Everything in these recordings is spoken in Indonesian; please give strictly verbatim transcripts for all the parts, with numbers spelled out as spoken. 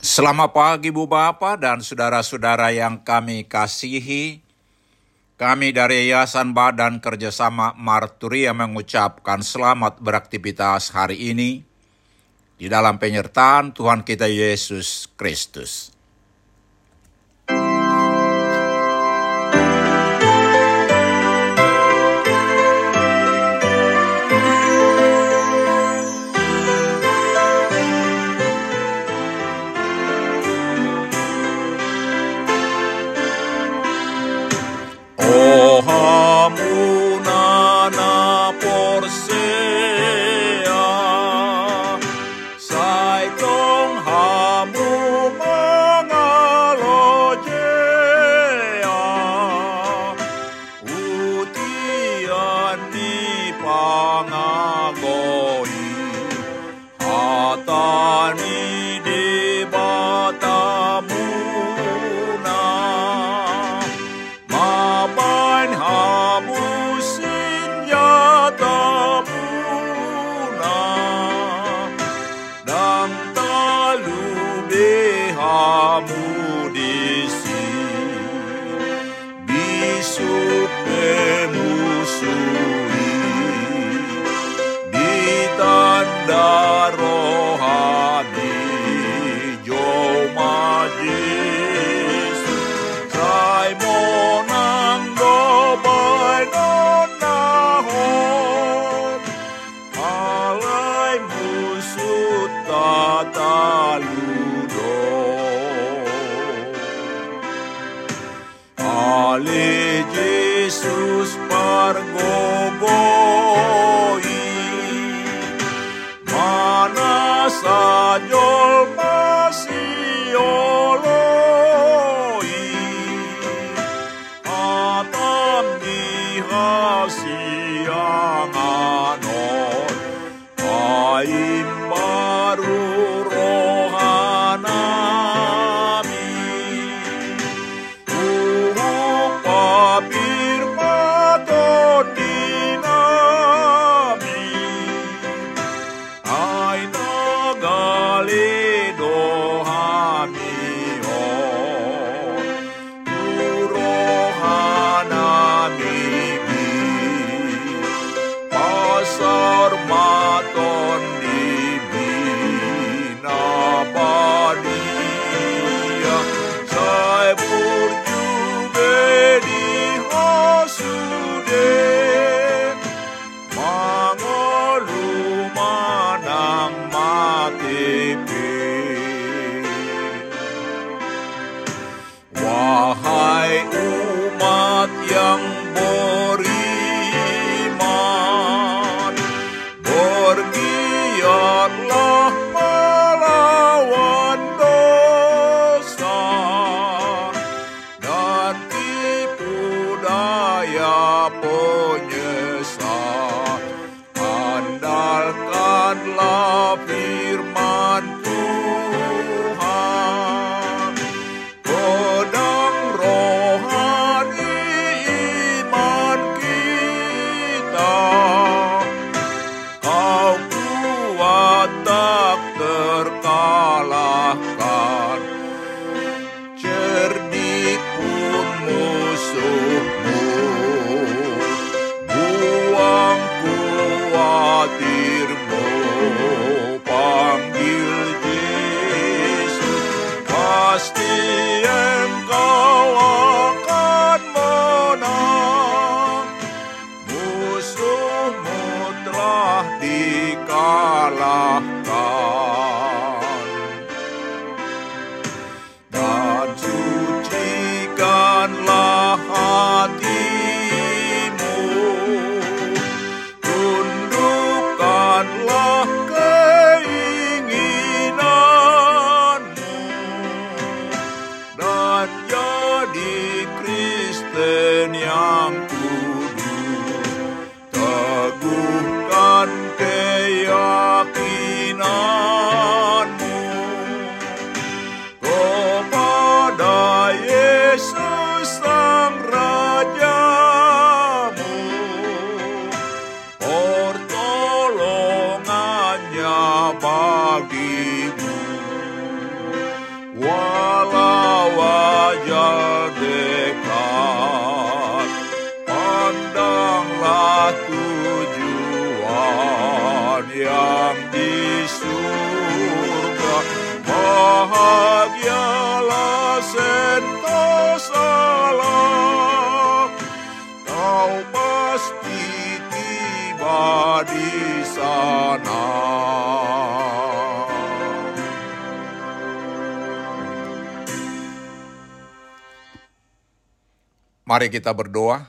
Selamat pagi Bu Bapak dan saudara-saudara yang kami kasihi. Kami dari Yayasan Badan Kerjasama Marturia mengucapkan selamat beraktivitas hari ini di dalam penyertaan Tuhan kita Yesus Kristus. bahagialah sentosalah, kau pasti tiba di sana. Mari kita berdoa.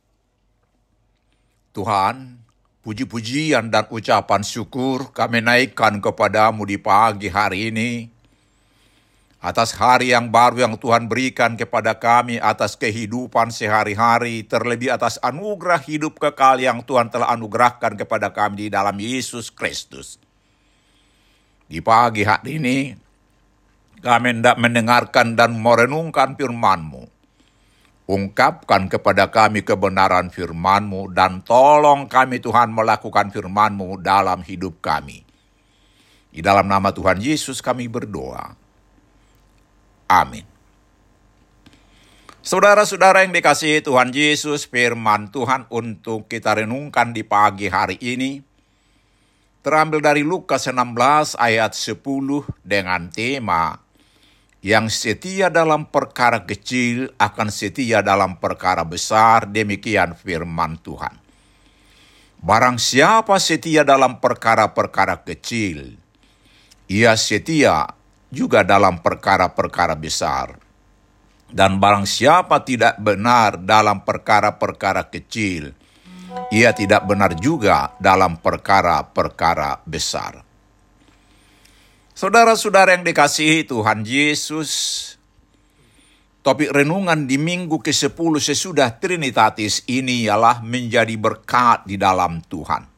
Tuhan, puji-pujian dan ucapan syukur kami naikkan kepadamu di pagi hari ini. Atas hari yang baru yang Tuhan berikan kepada kami, atas kehidupan sehari-hari, terlebih atas anugerah hidup kekal yang Tuhan telah anugerahkan kepada kami di dalam Yesus Kristus. Di pagi hari ini, kami hendak mendengarkan dan merenungkan firman-Mu. Ungkapkan kepada kami kebenaran firman-Mu dan tolong kami Tuhan melakukan firman-Mu dalam hidup kami. Di dalam nama Tuhan Yesus kami berdoa. Amin. Saudara-saudara yang dikasihi Tuhan Yesus, firman Tuhan untuk kita renungkan di pagi hari ini terambil dari Lukas enam belas ayat sepuluh dengan tema yang setia dalam perkara kecil akan setia dalam perkara besar, demikian firman Tuhan. Barang siapa setia dalam perkara-perkara kecil, ia setia juga dalam perkara-perkara besar. Dan barang siapa tidak benar dalam perkara-perkara kecil, ia tidak benar juga dalam perkara-perkara besar. Saudara-saudara yang dikasihi Tuhan Yesus, topik renungan di minggu kesepuluh sesudah Trinitatis ini ialah menjadi berkat di dalam Tuhan.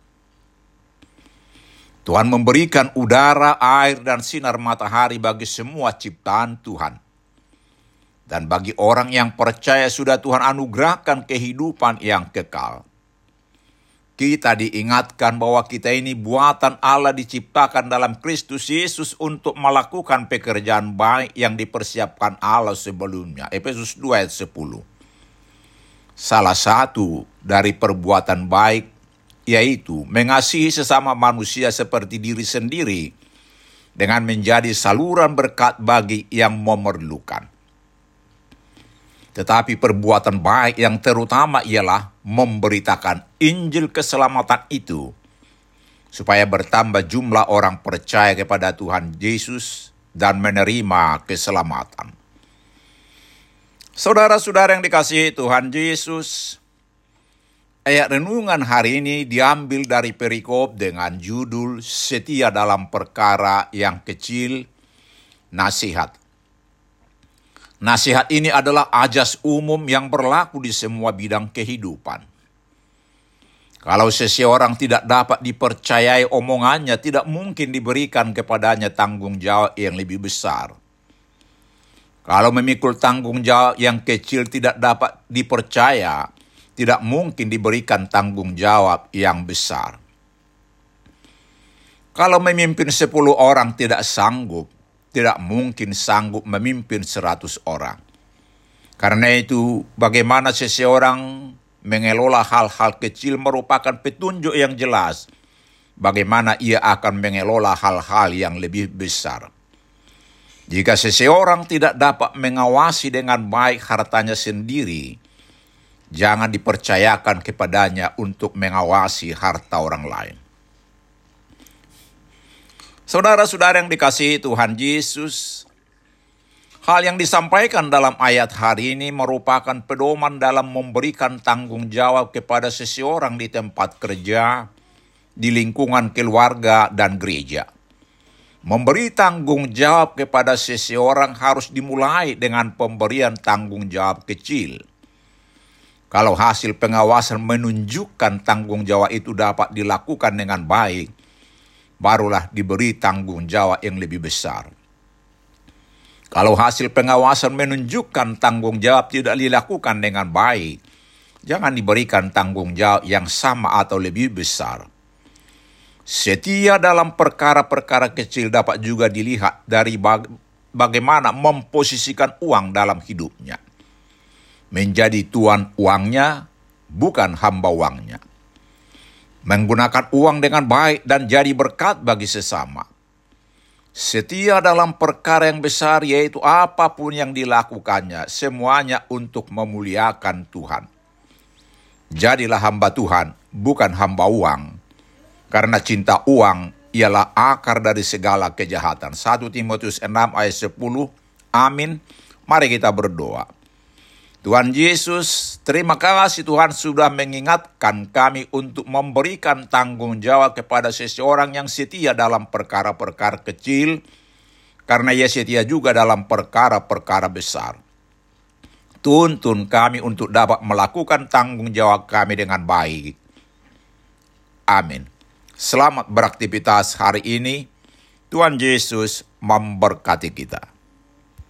Tuhan memberikan udara, air, dan sinar matahari bagi semua ciptaan Tuhan. Dan bagi orang yang percaya sudah Tuhan anugerahkan kehidupan yang kekal. Kita diingatkan bahwa kita ini buatan Allah diciptakan dalam Kristus Yesus untuk melakukan pekerjaan baik yang dipersiapkan Allah sebelumnya. Efesus dua ayat sepuluh. Salah satu dari perbuatan baik yaitu mengasihi sesama manusia seperti diri sendiri dengan menjadi saluran berkat bagi yang memerlukan. Tetapi perbuatan baik yang terutama ialah memberitakan Injil keselamatan itu, supaya bertambah jumlah orang percaya kepada Tuhan Yesus dan menerima keselamatan. Saudara-saudara yang dikasihi Tuhan Yesus, ayat renungan hari ini diambil dari perikop dengan judul Setia dalam Perkara yang Kecil, Nasihat. Nasihat ini adalah ajas umum yang berlaku di semua bidang kehidupan. Kalau seseorang tidak dapat dipercayai omongannya, tidak mungkin diberikan kepadanya tanggung jawab yang lebih besar. Kalau memikul tanggung jawab yang kecil tidak dapat dipercaya, tidak mungkin diberikan tanggung jawab yang besar. Kalau memimpin sepuluh orang tidak sanggup, tidak mungkin sanggup memimpin seratus orang. Karena itu, bagaimana seseorang mengelola hal-hal kecil merupakan petunjuk yang jelas bagaimana ia akan mengelola hal-hal yang lebih besar. Jika seseorang tidak dapat mengawasi dengan baik hartanya sendiri, jangan dipercayakan kepadanya untuk mengawasi harta orang lain. Saudara-saudara yang dikasihi Tuhan Yesus, hal yang disampaikan dalam ayat hari ini merupakan pedoman dalam memberikan tanggung jawab kepada seseorang di tempat kerja, di lingkungan keluarga, dan gereja. Memberi tanggung jawab kepada seseorang harus dimulai dengan pemberian tanggung jawab kecil. Kalau hasil pengawasan menunjukkan tanggung jawab itu dapat dilakukan dengan baik, barulah diberi tanggung jawab yang lebih besar. Kalau hasil pengawasan menunjukkan tanggung jawab tidak dilakukan dengan baik, jangan diberikan tanggung jawab yang sama atau lebih besar. Setia dalam perkara-perkara kecil dapat juga dilihat dari bag- bagaimana memposisikan uang dalam hidupnya. Menjadi tuan uangnya, bukan hamba uangnya. Menggunakan uang dengan baik dan jadi berkat bagi sesama. Setia dalam perkara yang besar, yaitu apapun yang dilakukannya, semuanya untuk memuliakan Tuhan. Jadilah hamba Tuhan, bukan hamba uang. Karena cinta uang ialah akar dari segala kejahatan. satu Timotius enam ayat sepuluh. Amin. Mari kita berdoa. Tuhan Yesus, terima kasih Tuhan sudah mengingatkan kami untuk memberikan tanggung jawab kepada seseorang yang setia dalam perkara-perkara kecil, karena ia setia juga dalam perkara-perkara besar. Tuntun kami untuk dapat melakukan tanggung jawab kami dengan baik. Amin. Selamat beraktivitas hari ini. Tuhan Yesus memberkati kita.